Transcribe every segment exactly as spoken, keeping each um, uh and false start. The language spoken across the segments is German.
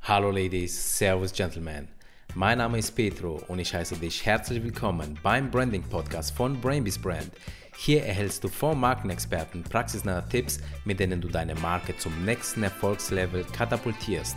Hallo Ladies, Servus Gentlemen. Mein Name ist Petro und ich heiße dich herzlich willkommen beim Branding Podcast von Brainbees Brand. Hier erhältst du von Markenexperten praxisnahe Tipps, mit denen du deine Marke zum nächsten Erfolgslevel katapultierst.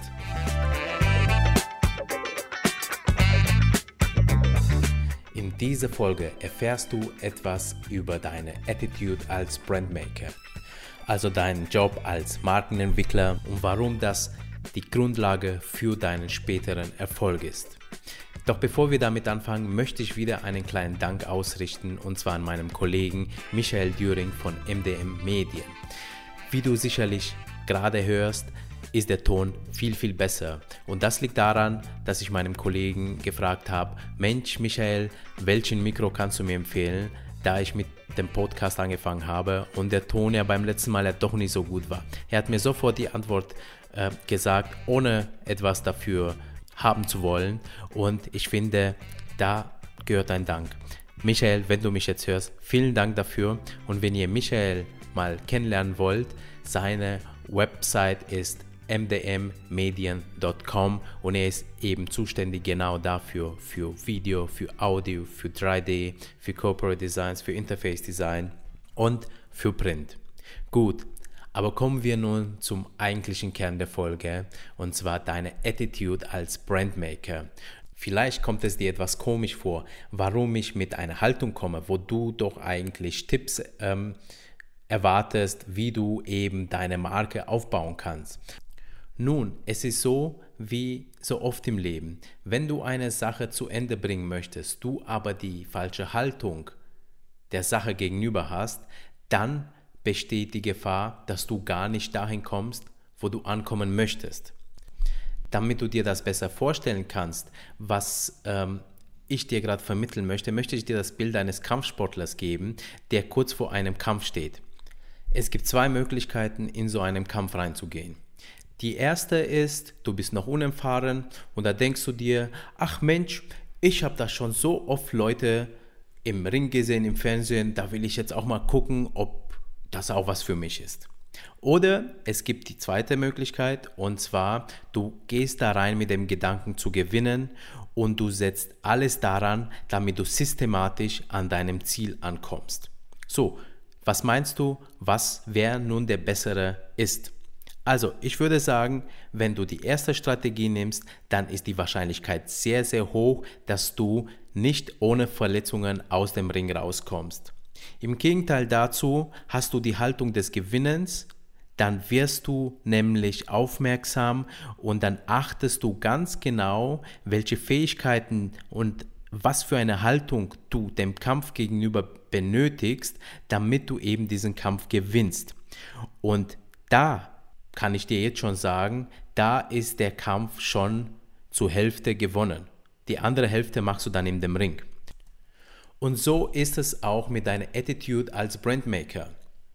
In dieser Folge erfährst du etwas über deine Attitude als Brandmaker, also deinen Job als Markenentwickler und warum das die Grundlage für deinen späteren Erfolg ist. Doch bevor wir damit anfangen, möchte ich wieder einen kleinen Dank ausrichten, und zwar an meinem Kollegen Michael Düring von M D M Medien. Wie du sicherlich gerade hörst, ist der Ton viel, viel besser. Und das liegt daran, dass ich meinem Kollegen gefragt habe, Mensch Michael, welchen Mikro kannst du mir empfehlen, da ich mit dem Podcast angefangen habe und der Ton ja beim letzten Mal ja doch nicht so gut war. Er hat mir sofort die Antwort äh, gesagt, ohne etwas dafür haben zu wollen, und ich finde, da gehört ein Dank. Michael, wenn du mich jetzt hörst, vielen Dank dafür, und wenn ihr Michael mal kennenlernen wollt, seine Website ist m d m medien punkt com und er ist eben zuständig genau dafür, für Video, für Audio, für drei D, für Corporate Designs, für Interface Design und für Print. Gut, aber kommen wir nun zum eigentlichen Kern der Folge, und zwar deine Attitude als Brandmaker. Vielleicht kommt es dir etwas komisch vor, warum ich mit einer Haltung komme, wo du doch eigentlich Tipps ähm, erwartest, wie du eben deine Marke aufbauen kannst. Nun, es ist so wie so oft im Leben. Wenn du eine Sache zu Ende bringen möchtest, du aber die falsche Haltung der Sache gegenüber hast, dann besteht die Gefahr, dass du gar nicht dahin kommst, wo du ankommen möchtest. Damit du dir das besser vorstellen kannst, was ähm, ich dir gerade vermitteln möchte, möchte ich dir das Bild eines Kampfsportlers geben, der kurz vor einem Kampf steht. Es gibt zwei Möglichkeiten, in so einen Kampf reinzugehen. Die erste ist, du bist noch unerfahren und da denkst du dir, ach Mensch, ich habe da schon so oft Leute im Ring gesehen, im Fernsehen, da will ich jetzt auch mal gucken, ob das auch was für mich ist. Oder es gibt die zweite Möglichkeit, und zwar, du gehst da rein mit dem Gedanken zu gewinnen und du setzt alles daran, damit du systematisch an deinem Ziel ankommst. So, was meinst du, was wer nun der Bessere ist? Also, ich würde sagen, wenn du die erste Strategie nimmst, dann ist die Wahrscheinlichkeit sehr, sehr hoch, dass du nicht ohne Verletzungen aus dem Ring rauskommst. Im Gegenteil dazu, hast du die Haltung des Gewinnens, dann wirst du nämlich aufmerksam und dann achtest du ganz genau, welche Fähigkeiten und was für eine Haltung du dem Kampf gegenüber benötigst, damit du eben diesen Kampf gewinnst. Und da kann ich dir jetzt schon sagen, da ist der Kampf schon zur Hälfte gewonnen. Die andere Hälfte machst du dann in dem Ring. Und so ist es auch mit deiner Attitude als Brandmaker.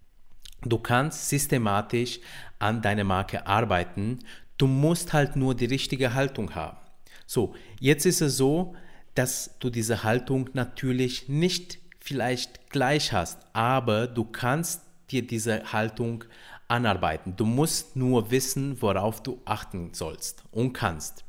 Du kannst systematisch an deiner Marke arbeiten, du musst halt nur die richtige Haltung haben. So, jetzt ist es so, dass du diese Haltung natürlich nicht vielleicht gleich hast, aber du kannst dir diese Haltung anarbeiten. Du musst nur wissen, worauf du achten sollst und kannst.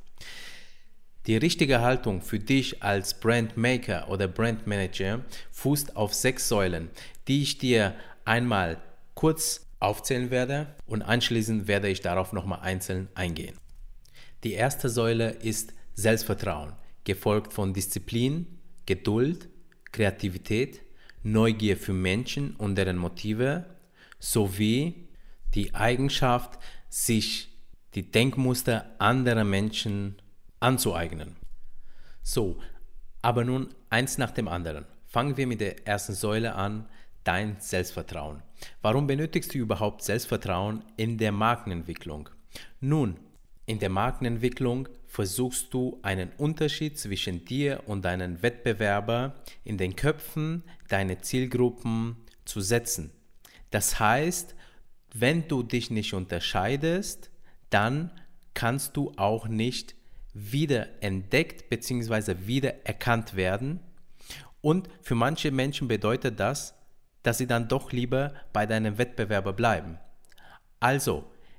Die richtige Haltung für dich als Brandmaker oder Brandmanager fußt auf sechs Säulen, die ich dir einmal kurz aufzählen werde, und anschließend werde ich darauf nochmal einzeln eingehen. Die erste Säule ist Selbstvertrauen, gefolgt von Disziplin, Geduld, Kreativität, Neugier für Menschen und deren Motive sowie die Eigenschaft, sich die Denkmuster anderer Menschen anzueignen. So, aber nun eins nach dem anderen. Fangen wir mit der ersten Säule an, dein Selbstvertrauen. Warum benötigst du überhaupt Selbstvertrauen in der Markenentwicklung? Nun, in der Markenentwicklung versuchst du einen Unterschied zwischen dir und deinen Wettbewerber in den Köpfen deiner Zielgruppen zu setzen. Das heißt, wenn du dich nicht unterscheidest, dann kannst du auch nicht wiederentdeckt bzw. wiedererkannt werden. Und für manche Menschen bedeutet das, dass sie dann doch lieber bei deinem Wettbewerber bleiben. Also,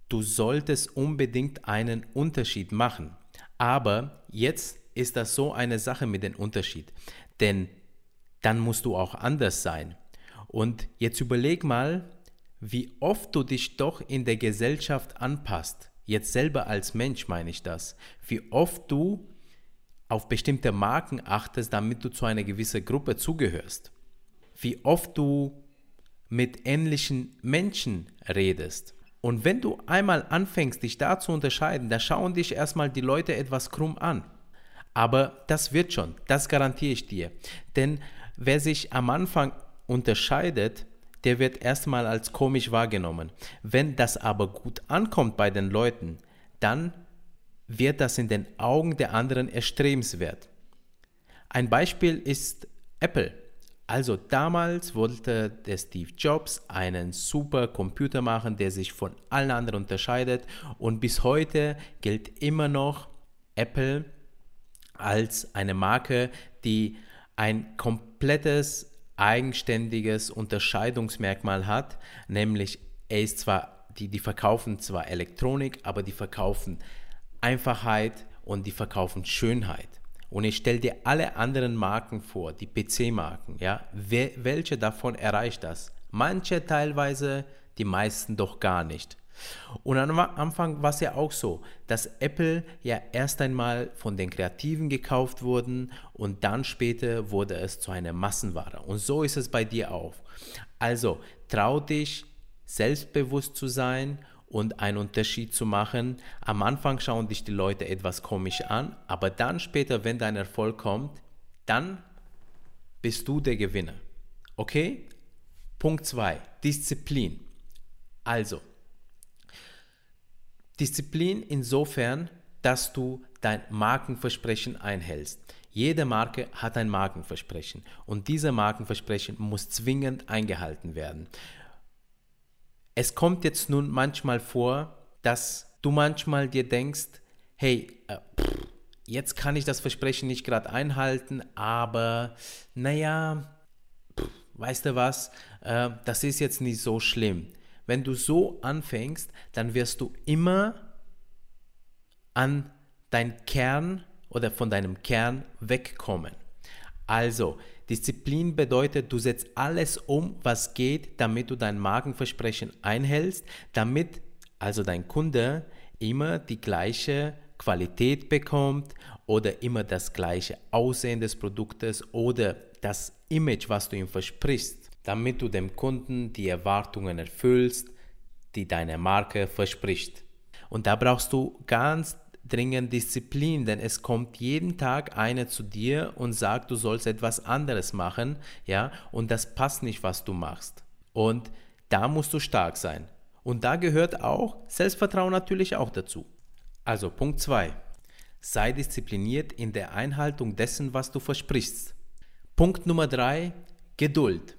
du solltest unbedingt einen Unterschied machen. Aber jetzt ist das so eine Sache mit dem Unterschied, denn dann musst du auch anders sein. Und jetzt überleg mal, wie oft du dich doch in der Gesellschaft anpasst. Jetzt selber als Mensch meine ich das. Wie oft du auf bestimmte Marken achtest, damit du zu einer gewissen Gruppe zugehörst. Wie oft du mit ähnlichen Menschen redest. Und wenn du einmal anfängst, dich da zu unterscheiden, da schauen dich erstmal die Leute etwas krumm an. Aber das wird schon, das garantiere ich dir. Denn wer sich am Anfang unterscheidet, der wird erstmal als komisch wahrgenommen. Wenn das aber gut ankommt bei den Leuten, dann wird das in den Augen der anderen erstrebenswert. Ein Beispiel ist Apple. Also damals wollte der Steve Jobs einen super Computer machen, der sich von allen anderen unterscheidet, und bis heute gilt immer noch Apple als eine Marke, die ein komplettes eigenständiges Unterscheidungsmerkmal hat, nämlich er ist zwar, die, die verkaufen zwar Elektronik, aber die verkaufen Einfachheit und die verkaufen Schönheit. Und ich stelle dir alle anderen Marken vor, die P C-Marken, ja, Wel- welche davon erreicht das? Manche teilweise, die meisten doch gar nicht. Und am Anfang war es ja auch so, dass Apple ja erst einmal von den Kreativen gekauft wurden und dann später wurde es zu einer Massenware. Und so ist es bei dir auch. Also trau dich, selbstbewusst zu sein und einen Unterschied zu machen. Am Anfang schauen dich die Leute etwas komisch an, aber dann später, wenn dein Erfolg kommt, dann bist du der Gewinner. Okay? Punkt zwei. Disziplin. Also, Disziplin insofern, dass du dein Markenversprechen einhältst. Jede Marke hat ein Markenversprechen und dieses Markenversprechen muss zwingend eingehalten werden. Es kommt jetzt nun manchmal vor, dass du manchmal dir denkst, hey, äh, pff, jetzt kann ich das Versprechen nicht gerade einhalten, aber naja, pff, weißt du was, äh, das ist jetzt nicht so schlimm. Wenn du so anfängst, dann wirst du immer an dein Kern oder von deinem Kern wegkommen. Also, Disziplin bedeutet, du setzt alles um, was geht, damit du dein Markenversprechen einhältst, damit also dein Kunde immer die gleiche Qualität bekommt oder immer das gleiche Aussehen des Produktes oder das Image, was du ihm versprichst, damit du dem Kunden die Erwartungen erfüllst, die deine Marke verspricht. Und da brauchst du ganz dringend Disziplin, denn es kommt jeden Tag einer zu dir und sagt, du sollst etwas anderes machen, ja, und das passt nicht, was du machst. Und da musst du stark sein. Und da gehört auch Selbstvertrauen natürlich auch dazu. Also Punkt zwei. Sei diszipliniert in der Einhaltung dessen, was du versprichst. Punkt Nummer drei. Geduld.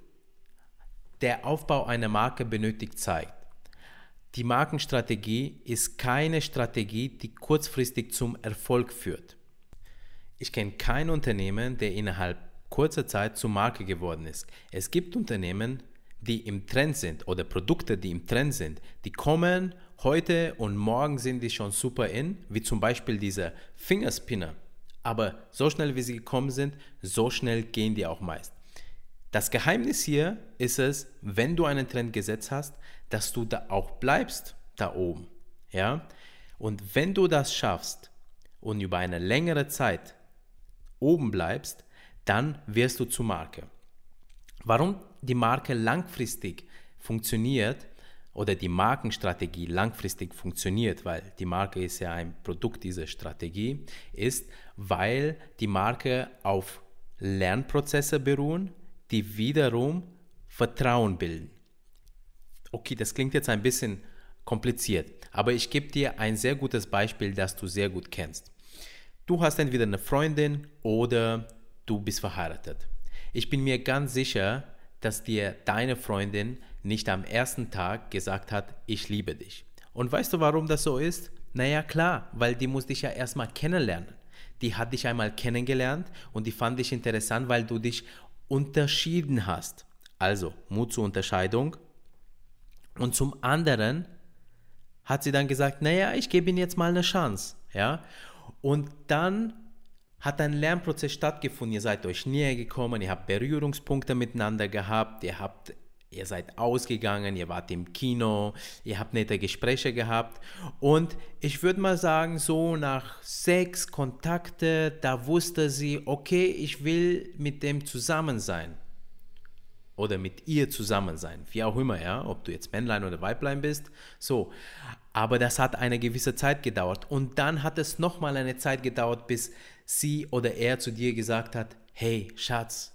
Der Aufbau einer Marke benötigt Zeit. Die Markenstrategie ist keine Strategie, die kurzfristig zum Erfolg führt. Ich kenne kein Unternehmen, der innerhalb kurzer Zeit zur Marke geworden ist. Es gibt Unternehmen, die im Trend sind oder Produkte, die im Trend sind. Die kommen heute und morgen sind die schon super in, wie zum Beispiel dieser Fingerspinner. Aber so schnell wie sie gekommen sind, so schnell gehen die auch meist. Das Geheimnis hier ist es, wenn du einen Trend gesetzt hast, dass du da auch bleibst, da oben. Ja? Und wenn du das schaffst und über eine längere Zeit oben bleibst, dann wirst du zur Marke. Warum die Marke langfristig funktioniert oder die Markenstrategie langfristig funktioniert, weil die Marke ist ja ein Produkt dieser Strategie, ist, weil die Marke auf Lernprozesse beruhen, die wiederum Vertrauen bilden. Okay, das klingt jetzt ein bisschen kompliziert, aber ich gebe dir ein sehr gutes Beispiel, das du sehr gut kennst. Du hast entweder eine Freundin oder du bist verheiratet. Ich bin mir ganz sicher, dass dir deine Freundin nicht am ersten Tag gesagt hat, ich liebe dich. Und weißt du, warum das so ist? Naja, klar, weil die muss dich ja erstmal kennenlernen. Die hat dich einmal kennengelernt und die fand dich interessant, weil du dich unterschieden hast. Also Mut zur Unterscheidung. Und zum anderen hat sie dann gesagt, naja, ich gebe ihm jetzt mal eine Chance. Ja? Und dann hat ein Lernprozess stattgefunden. Ihr seid euch näher gekommen, ihr habt Berührungspunkte miteinander gehabt, ihr habt, ihr seid ausgegangen, ihr wart im Kino, ihr habt nette Gespräche gehabt. Und ich würde mal sagen, so nach sechs Kontakte, da wusste sie, okay, ich will mit dem zusammen sein. Oder mit ihr zusammen sein, wie auch immer, ja, ob du jetzt Männlein oder Weiblein bist, so. Aber das hat eine gewisse Zeit gedauert und dann hat es nochmal eine Zeit gedauert, bis sie oder er zu dir gesagt hat, hey, Schatz,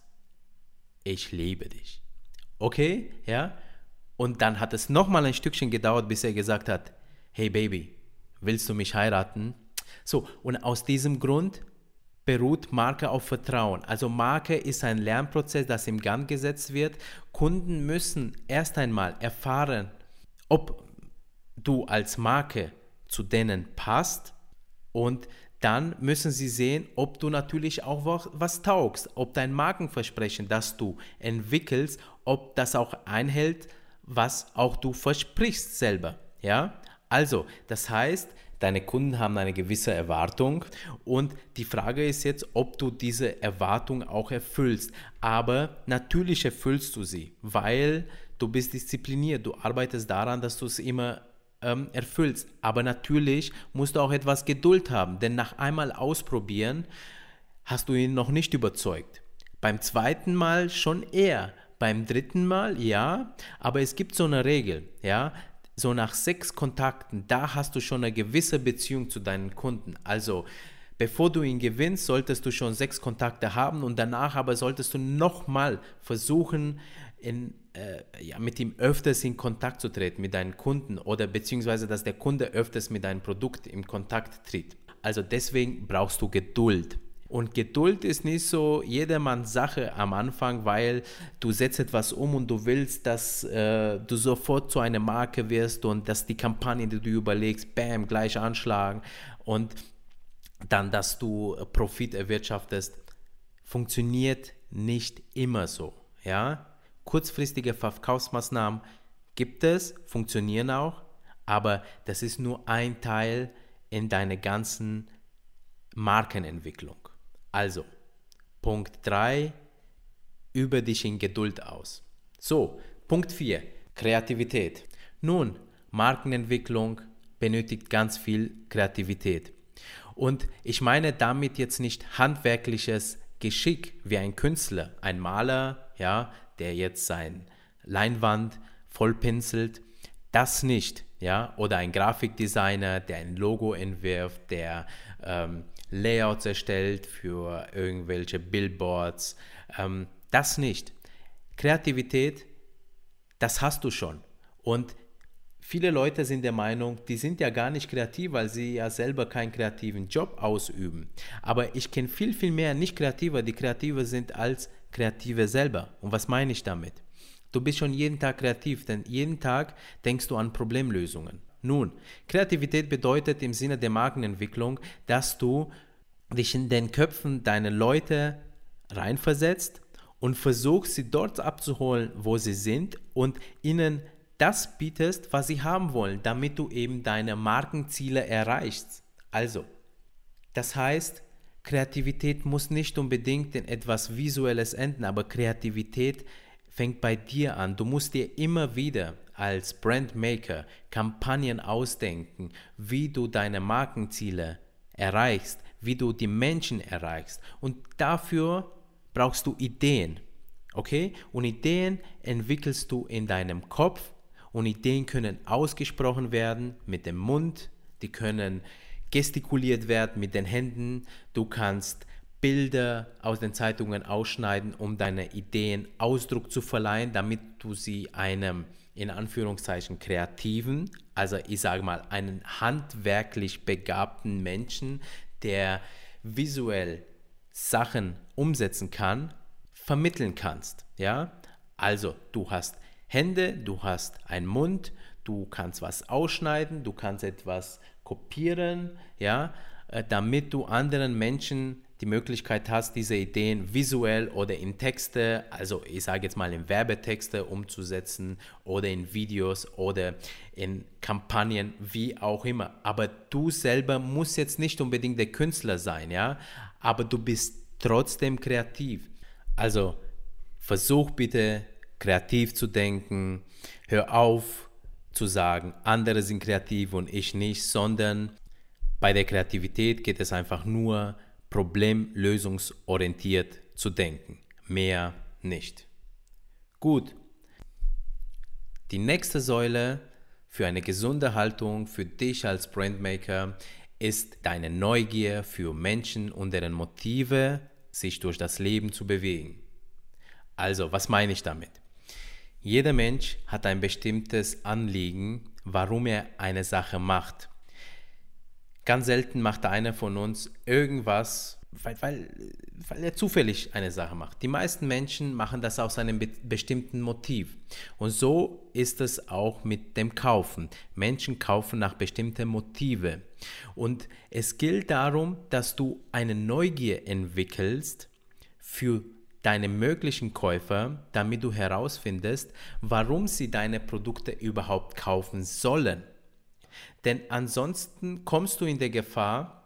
ich liebe dich. Okay, ja, und dann hat es nochmal ein Stückchen gedauert, bis er gesagt hat, hey Baby, willst du mich heiraten? So, und aus diesem Grund beruht Marke auf Vertrauen. Also Marke ist ein Lernprozess, das im Gang gesetzt wird. Kunden müssen erst einmal erfahren, ob du als Marke zu denen passt und dann müssen sie sehen, ob du natürlich auch was, was taugst, ob dein Markenversprechen, das du entwickelst, ob das auch einhält, was auch du versprichst selber. Ja? Also, das heißt, deine Kunden haben eine gewisse Erwartung und die Frage ist jetzt, ob du diese Erwartung auch erfüllst. Aber natürlich erfüllst du sie, weil du bist diszipliniert, du arbeitest daran, dass du es immer ähm, erfüllst. Aber natürlich musst du auch etwas Geduld haben, denn nach einmal ausprobieren hast du ihn noch nicht überzeugt. Beim zweiten Mal schon eher, beim dritten Mal ja, aber es gibt so eine Regel, ja, so nach sechs Kontakten, da hast du schon eine gewisse Beziehung zu deinen Kunden. Also, bevor du ihn gewinnst, solltest du schon sechs Kontakte haben und danach aber solltest du nochmal versuchen, in, äh, ja, mit ihm öfters in Kontakt zu treten, mit deinen Kunden oder beziehungsweise, dass der Kunde öfters mit deinem Produkt in Kontakt tritt. Also deswegen brauchst du Geduld. Und Geduld ist nicht so jedermanns Sache am Anfang, weil du setzt etwas um und du willst, dass äh, du sofort zu einer Marke wirst und dass die Kampagne, die du überlegst, bam, gleich anschlagen und dann, dass du Profit erwirtschaftest, funktioniert nicht immer so. Ja? Kurzfristige Verkaufsmaßnahmen gibt es, funktionieren auch, aber das ist nur ein Teil in deiner ganzen Markenentwicklung. Also, Punkt drei, übe dich in Geduld aus. So, Punkt vier, Kreativität. Nun, Markenentwicklung benötigt ganz viel Kreativität. Und ich meine damit jetzt nicht handwerkliches Geschick wie ein Künstler, ein Maler, ja, der jetzt sein Leinwand vollpinselt, das nicht, ja, oder ein Grafikdesigner, der ein Logo entwirft, der ähm, Layouts erstellt für irgendwelche Billboards, ähm, das nicht. Kreativität, das hast du schon. Und viele Leute sind der Meinung, die sind ja gar nicht kreativ, weil sie ja selber keinen kreativen Job ausüben. Aber ich kenne viel, viel mehr Nicht-Kreative, die kreativer sind als Kreative selber. Und was meine ich damit? Du bist schon jeden Tag kreativ, denn jeden Tag denkst du an Problemlösungen. Nun, Kreativität bedeutet im Sinne der Markenentwicklung, dass du dich in den Köpfen deiner Leute reinversetzt und versuchst, sie dort abzuholen, wo sie sind und ihnen das bietest, was sie haben wollen, damit du eben deine Markenziele erreichst. Also, das heißt, Kreativität muss nicht unbedingt in etwas Visuelles enden, aber Kreativität fängt bei dir an. Du musst dir immer wieder als Brandmaker Kampagnen ausdenken, wie du deine Markenziele erreichst, wie du die Menschen erreichst. Und dafür brauchst du Ideen, okay? Und Ideen entwickelst du in deinem Kopf und Ideen können ausgesprochen werden mit dem Mund, die können gestikuliert werden mit den Händen, du kannst Bilder aus den Zeitungen ausschneiden, um deine Ideen Ausdruck zu verleihen, damit du sie einem, in Anführungszeichen, kreativen, also ich sage mal, einen handwerklich begabten Menschen, der visuell Sachen umsetzen kann, vermitteln kannst. Ja? Also du hast Hände, du hast einen Mund, du kannst was ausschneiden, du kannst etwas kopieren, ja, damit du anderen Menschen die Möglichkeit hast, diese Ideen visuell oder in Texte, also ich sage jetzt mal in Werbetexte umzusetzen oder in Videos oder in Kampagnen, wie auch immer. Aber du selber musst jetzt nicht unbedingt der Künstler sein, ja, aber du bist trotzdem kreativ. Also versuch bitte kreativ zu denken, hör auf zu sagen, andere sind kreativ und ich nicht, sondern bei der Kreativität geht es einfach nur problemlösungsorientiert zu denken, mehr nicht. Gut, die nächste Säule für eine gesunde Haltung für dich als Brandmaker ist deine Neugier für Menschen und deren Motive, sich durch das Leben zu bewegen. Also, was meine ich damit? Jeder Mensch hat ein bestimmtes Anliegen, warum er eine Sache macht. Ganz selten macht einer von uns irgendwas, weil, weil, weil er zufällig eine Sache macht. Die meisten Menschen machen das aus einem be- bestimmten Motiv. Und so ist es auch mit dem Kaufen. Menschen kaufen nach bestimmten Motiven. Und es gilt darum, dass du eine Neugier entwickelst für deine möglichen Käufer, damit du herausfindest, warum sie deine Produkte überhaupt kaufen sollen. Denn ansonsten kommst du in der Gefahr,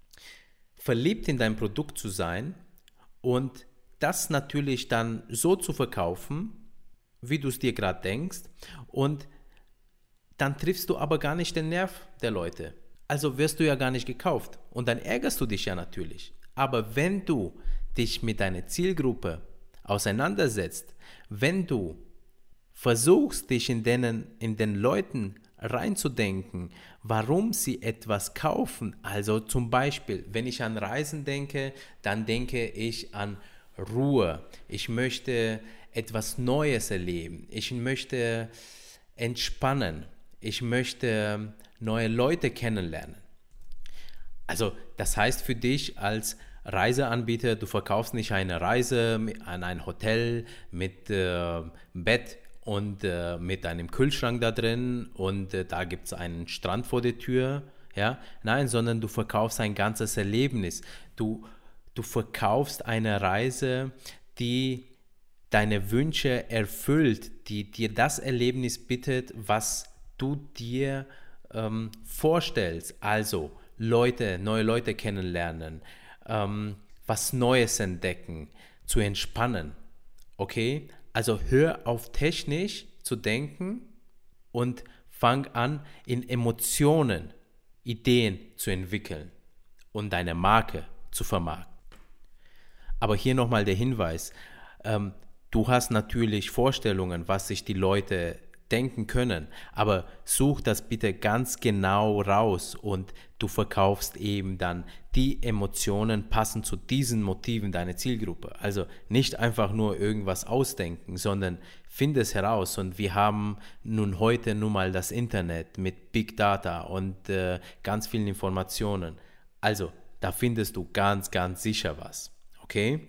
verliebt in dein Produkt zu sein und das natürlich dann so zu verkaufen, wie du es dir gerade denkst, und dann triffst du aber gar nicht den Nerv der Leute. Also wirst du ja gar nicht gekauft und dann ärgerst du dich ja natürlich. Aber wenn du dich mit deiner Zielgruppe auseinandersetzt, wenn du versuchst, dich in, denen, in den Leuten reinzudenken, warum sie etwas kaufen, also zum Beispiel, wenn ich an Reisen denke, dann denke ich an Ruhe, ich möchte etwas Neues erleben, ich möchte entspannen, ich möchte neue Leute kennenlernen. Also das heißt für dich als Reiseanbieter, du verkaufst nicht eine Reise an ein Hotel mit äh, Bett und äh, mit einem Kühlschrank da drin und äh, da gibt es einen Strand vor der Tür, ja, nein, sondern du verkaufst ein ganzes Erlebnis. Du, du verkaufst eine Reise, die deine Wünsche erfüllt, die dir das Erlebnis bietet, was du dir ähm, vorstellst. Also Leute, neue Leute kennenlernen, ähm, was Neues entdecken, zu entspannen. Okay? Also hör auf technisch zu denken und fang an, in Emotionen Ideen zu entwickeln und deine Marke zu vermarkten. Aber hier nochmal der Hinweis, ähm, du hast natürlich Vorstellungen, was sich die Leute denken können, aber such das bitte ganz genau raus und du verkaufst eben dann die Emotionen passend zu diesen Motiven deiner Zielgruppe. Also nicht einfach nur irgendwas ausdenken, sondern finde es heraus. Und wir haben nun heute nun mal das Internet mit Big Data und äh, ganz vielen Informationen. Also da findest du ganz, ganz sicher was. Okay?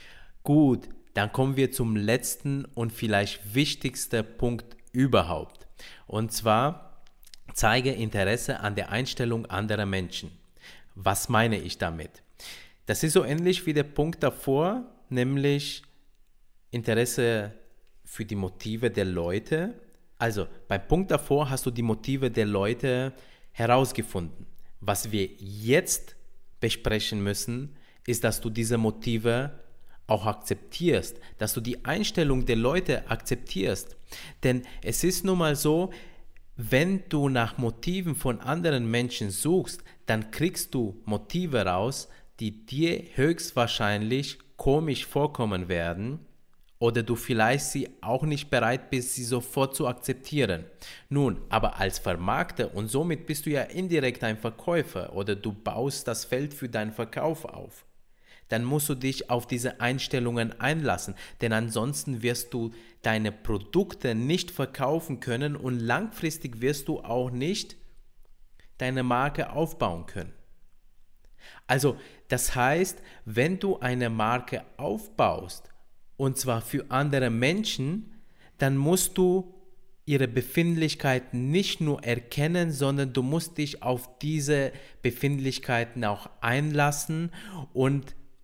Gut, dann kommen wir zum letzten und vielleicht wichtigsten Punkt überhaupt. Und zwar, zeige Interesse an der Einstellung anderer Menschen. Was meine ich damit? Das ist so ähnlich wie der Punkt davor, nämlich Interesse für die Motive der Leute. Also beim Punkt davor hast du die Motive der Leute herausgefunden. Was wir jetzt besprechen müssen, ist, dass du diese Motive auch akzeptierst, dass du die Einstellung der Leute akzeptierst. Denn es ist nun mal so, wenn du nach Motiven von anderen Menschen suchst, dann kriegst du Motive raus, die dir höchstwahrscheinlich komisch vorkommen werden oder du vielleicht sie auch nicht bereit bist, sie sofort zu akzeptieren. Nun, aber als Vermarkter und somit bist du ja indirekt ein Verkäufer oder du baust das Feld für deinen Verkauf auf. Dann musst du dich auf diese Einstellungen einlassen, denn ansonsten wirst du deine Produkte nicht verkaufen können und langfristig wirst du auch nicht deine Marke aufbauen können. Also das heißt, wenn du eine Marke aufbaust, und zwar für andere Menschen, dann musst du ihre Befindlichkeiten nicht nur erkennen, sondern du musst dich auf diese Befindlichkeiten auch einlassen und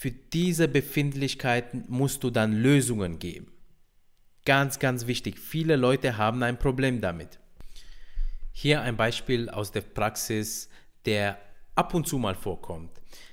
für diese Befindlichkeiten musst du dann Lösungen geben. Ganz, ganz wichtig. Viele Leute haben ein Problem damit. Hier ein Beispiel aus der Praxis, der ab und zu mal vorkommt.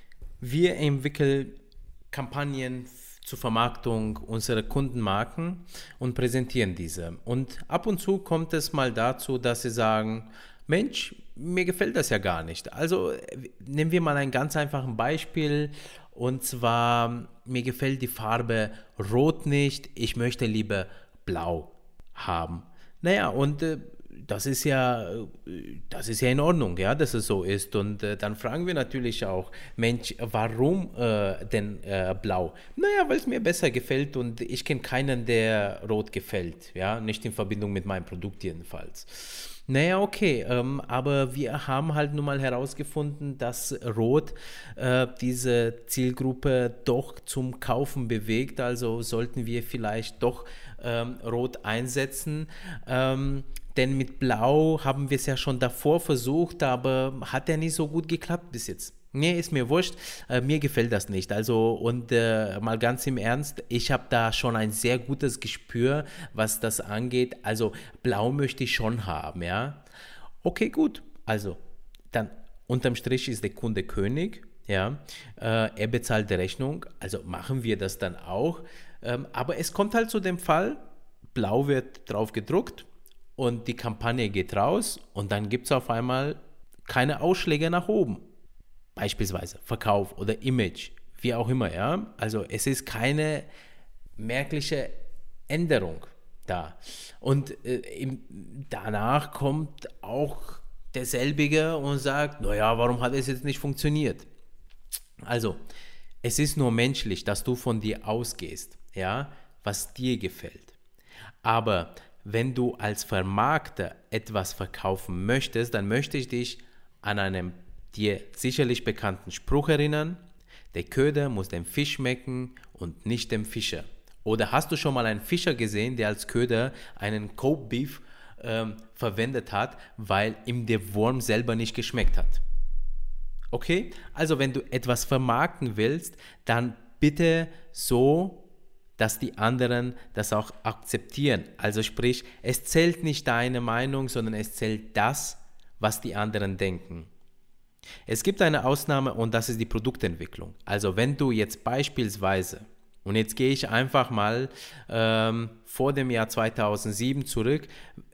Wir entwickeln Kampagnen zur Vermarktung unserer Kundenmarken und präsentieren diese. Und ab und zu kommt es mal dazu, dass sie sagen, Mensch, mir gefällt das ja gar nicht. Also nehmen wir mal ein ganz einfaches Beispiel, und zwar, mir gefällt die Farbe Rot nicht, ich möchte lieber Blau haben. Naja, und äh, das ist ja, das ist ja in Ordnung, ja, dass es so ist. Und äh, dann fragen wir natürlich auch, Mensch, warum äh, denn äh, Blau? Naja, weil es mir besser gefällt und ich kenne keinen, der Rot gefällt, ja, nicht in Verbindung mit meinem Produkt jedenfalls. Naja, okay, ähm, aber wir haben halt nun mal herausgefunden, dass Rot äh, diese Zielgruppe doch zum Kaufen bewegt, also sollten wir vielleicht doch ähm, Rot einsetzen, ähm, denn mit Blau haben wir es ja schon davor versucht, aber hat ja nicht so gut geklappt bis jetzt. Nee, ist mir wurscht, äh, mir gefällt das nicht. Also und äh, mal ganz im Ernst, ich habe da schon ein sehr gutes Gespür, was das angeht. Also Blau möchte ich schon haben, ja. Okay, gut. Also dann unterm Strich ist der Kunde König, ja. Äh, er bezahlt die Rechnung, also machen wir das dann auch. Ähm, aber es kommt halt zu dem Fall, Blau wird drauf gedruckt und die Kampagne geht raus und dann gibt es auf einmal keine Ausschläge nach oben. Beispielsweise Verkauf oder Image, wie auch immer, ja. Also es ist keine merkliche Änderung da. Und äh, im, danach kommt auch derselbige und sagt, naja, warum hat es jetzt nicht funktioniert? Also, es ist nur menschlich, dass du von dir ausgehst, ja, was dir gefällt. Aber wenn du als Vermarkter etwas verkaufen möchtest, dann möchte ich dich an einem dir sicherlich bekannten Spruch erinnern, der Köder muss dem Fisch schmecken und nicht dem Fischer. Oder hast du schon mal einen Fischer gesehen, der als Köder einen Kobe Beef ähm, verwendet hat, weil ihm der Wurm selber nicht geschmeckt hat? Okay, also wenn du etwas vermarkten willst, dann bitte so, dass die anderen das auch akzeptieren. Also sprich, es zählt nicht deine Meinung, sondern es zählt das, was die anderen denken. Es gibt eine Ausnahme und das ist die Produktentwicklung. Also wenn du jetzt beispielsweise, und jetzt gehe ich einfach mal ähm, vor dem Jahr zweitausendsieben zurück,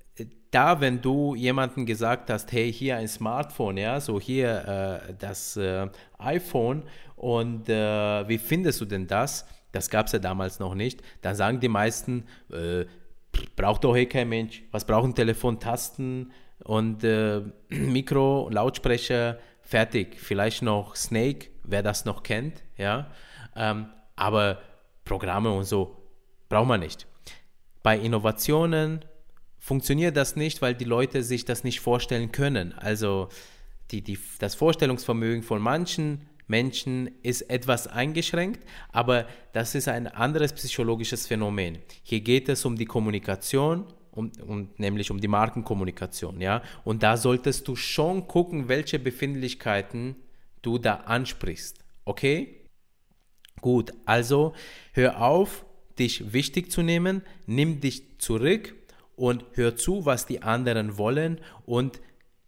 da wenn du jemandem gesagt hast, hey, hier ein Smartphone, ja, so hier äh, das äh, iPhone und äh, wie findest du denn das? Das gab es ja damals noch nicht. Dann sagen die meisten, äh, braucht doch eh kein Mensch, was brauchen Telefon, Tasten und äh, Mikro, Lautsprecher, fertig, vielleicht noch Snake, wer das noch kennt, ja, ähm, aber Programme und so braucht man nicht. Bei Innovationen funktioniert das nicht, weil die Leute sich das nicht vorstellen können. Also die, die, das Vorstellungsvermögen von manchen Menschen ist etwas eingeschränkt, aber das ist ein anderes psychologisches Phänomen. Hier geht es um die Kommunikation, Um, um, nämlich um die Markenkommunikation, ja. Und da solltest du schon gucken, welche Befindlichkeiten du da ansprichst, okay? Gut, also hör auf, dich wichtig zu nehmen, nimm dich zurück und hör zu, was die anderen wollen und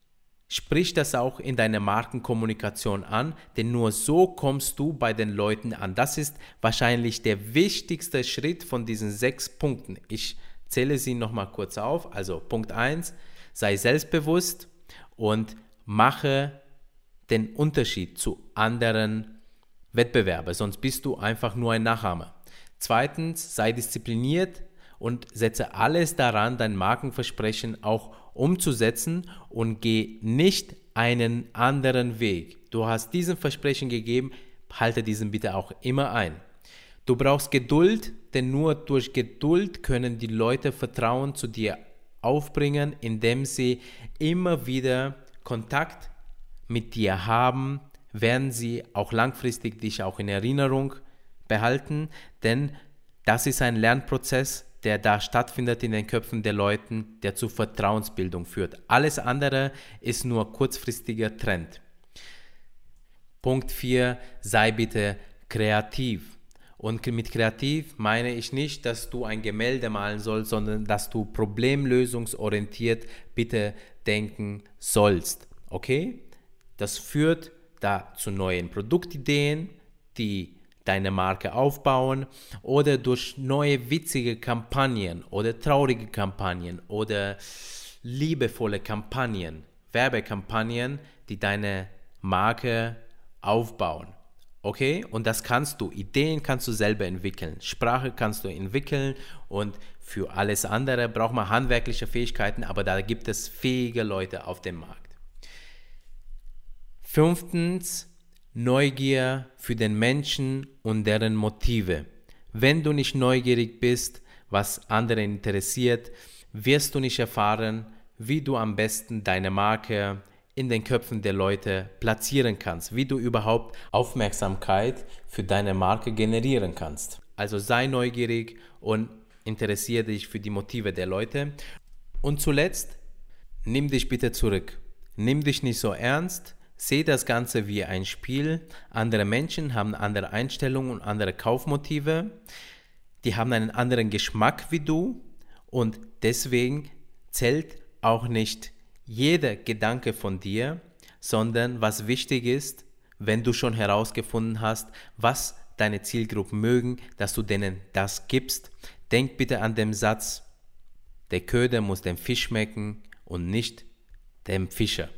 sprich das auch in deiner Markenkommunikation an, denn nur so kommst du bei den Leuten an. Das ist wahrscheinlich der wichtigste Schritt von diesen sechs Punkten. Ich zähle sie nochmal kurz auf. Also Punkt eins, sei selbstbewusst und mache den Unterschied zu anderen Wettbewerbern, sonst bist du einfach nur ein Nachahmer. Zweitens, sei diszipliniert und setze alles daran, dein Markenversprechen auch umzusetzen und geh nicht einen anderen Weg. Du hast diesen Versprechen gegeben, halte diesen bitte auch immer ein. Du brauchst Geduld, denn nur durch Geduld können die Leute Vertrauen zu dir aufbringen, indem sie immer wieder Kontakt mit dir haben, werden sie auch langfristig dich auch in Erinnerung behalten, denn das ist ein Lernprozess, der da stattfindet in den Köpfen der Leute, der zu Vertrauensbildung führt. Alles andere ist nur kurzfristiger Trend. Punkt vier, sei bitte kreativ. Und mit kreativ meine ich nicht, dass du ein Gemälde malen sollst, sondern dass du problemlösungsorientiert bitte denken sollst. Okay? Das führt da zu neuen Produktideen, die deine Marke aufbauen oder durch neue witzige Kampagnen oder traurige Kampagnen oder liebevolle Kampagnen, Werbekampagnen, die deine Marke aufbauen. Okay? Und das kannst du, Ideen kannst du selber entwickeln, Sprache kannst du entwickeln und für alles andere braucht man handwerkliche Fähigkeiten, aber da gibt es fähige Leute auf dem Markt. Fünftens, Neugier für den Menschen und deren Motive. Wenn du nicht neugierig bist, was andere interessiert, wirst du nicht erfahren, wie du am besten deine Marke in den Köpfen der Leute platzieren kannst, wie du überhaupt Aufmerksamkeit für deine Marke generieren kannst. Also sei neugierig und interessiere dich für die Motive der Leute. Und zuletzt, nimm dich bitte zurück. Nimm dich nicht so ernst. Sehe das Ganze wie ein Spiel. Andere Menschen haben andere Einstellungen und andere Kaufmotive. Die haben einen anderen Geschmack wie du und deswegen zählt auch nicht jeder Gedanke von dir, sondern was wichtig ist, wenn du schon herausgefunden hast, was deine Zielgruppen mögen, dass du denen das gibst. Denk bitte an den Satz, der Köder muss dem Fisch schmecken und nicht dem Fischer.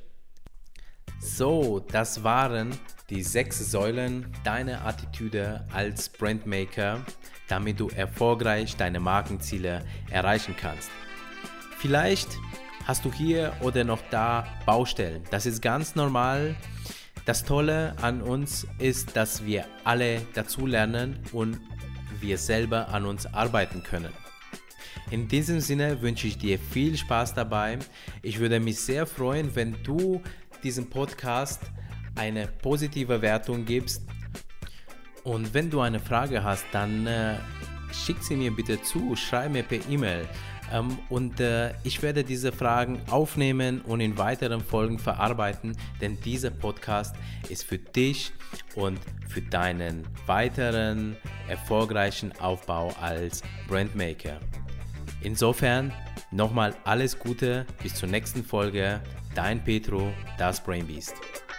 So, das waren die sechs Säulen deiner Attitüde als Brandmaker, damit du erfolgreich deine Markenziele erreichen kannst. Vielleicht hast du hier oder noch da Baustellen. Das ist ganz normal. Das Tolle an uns ist, dass wir alle dazulernen und wir selber an uns arbeiten können. In diesem Sinne wünsche ich dir viel Spaß dabei. Ich würde mich sehr freuen, wenn du diesem Podcast eine positive Wertung gibst. Und wenn du eine Frage hast, dann äh, schick sie mir bitte zu, schreib mir per E-Mail. Ähm, und äh, ich werde diese Fragen aufnehmen und in weiteren Folgen verarbeiten, denn dieser Podcast ist für dich und für deinen weiteren erfolgreichen Aufbau als Brandmaker. Insofern nochmal alles Gute, bis zur nächsten Folge. Dein Petro, das Brainbeast.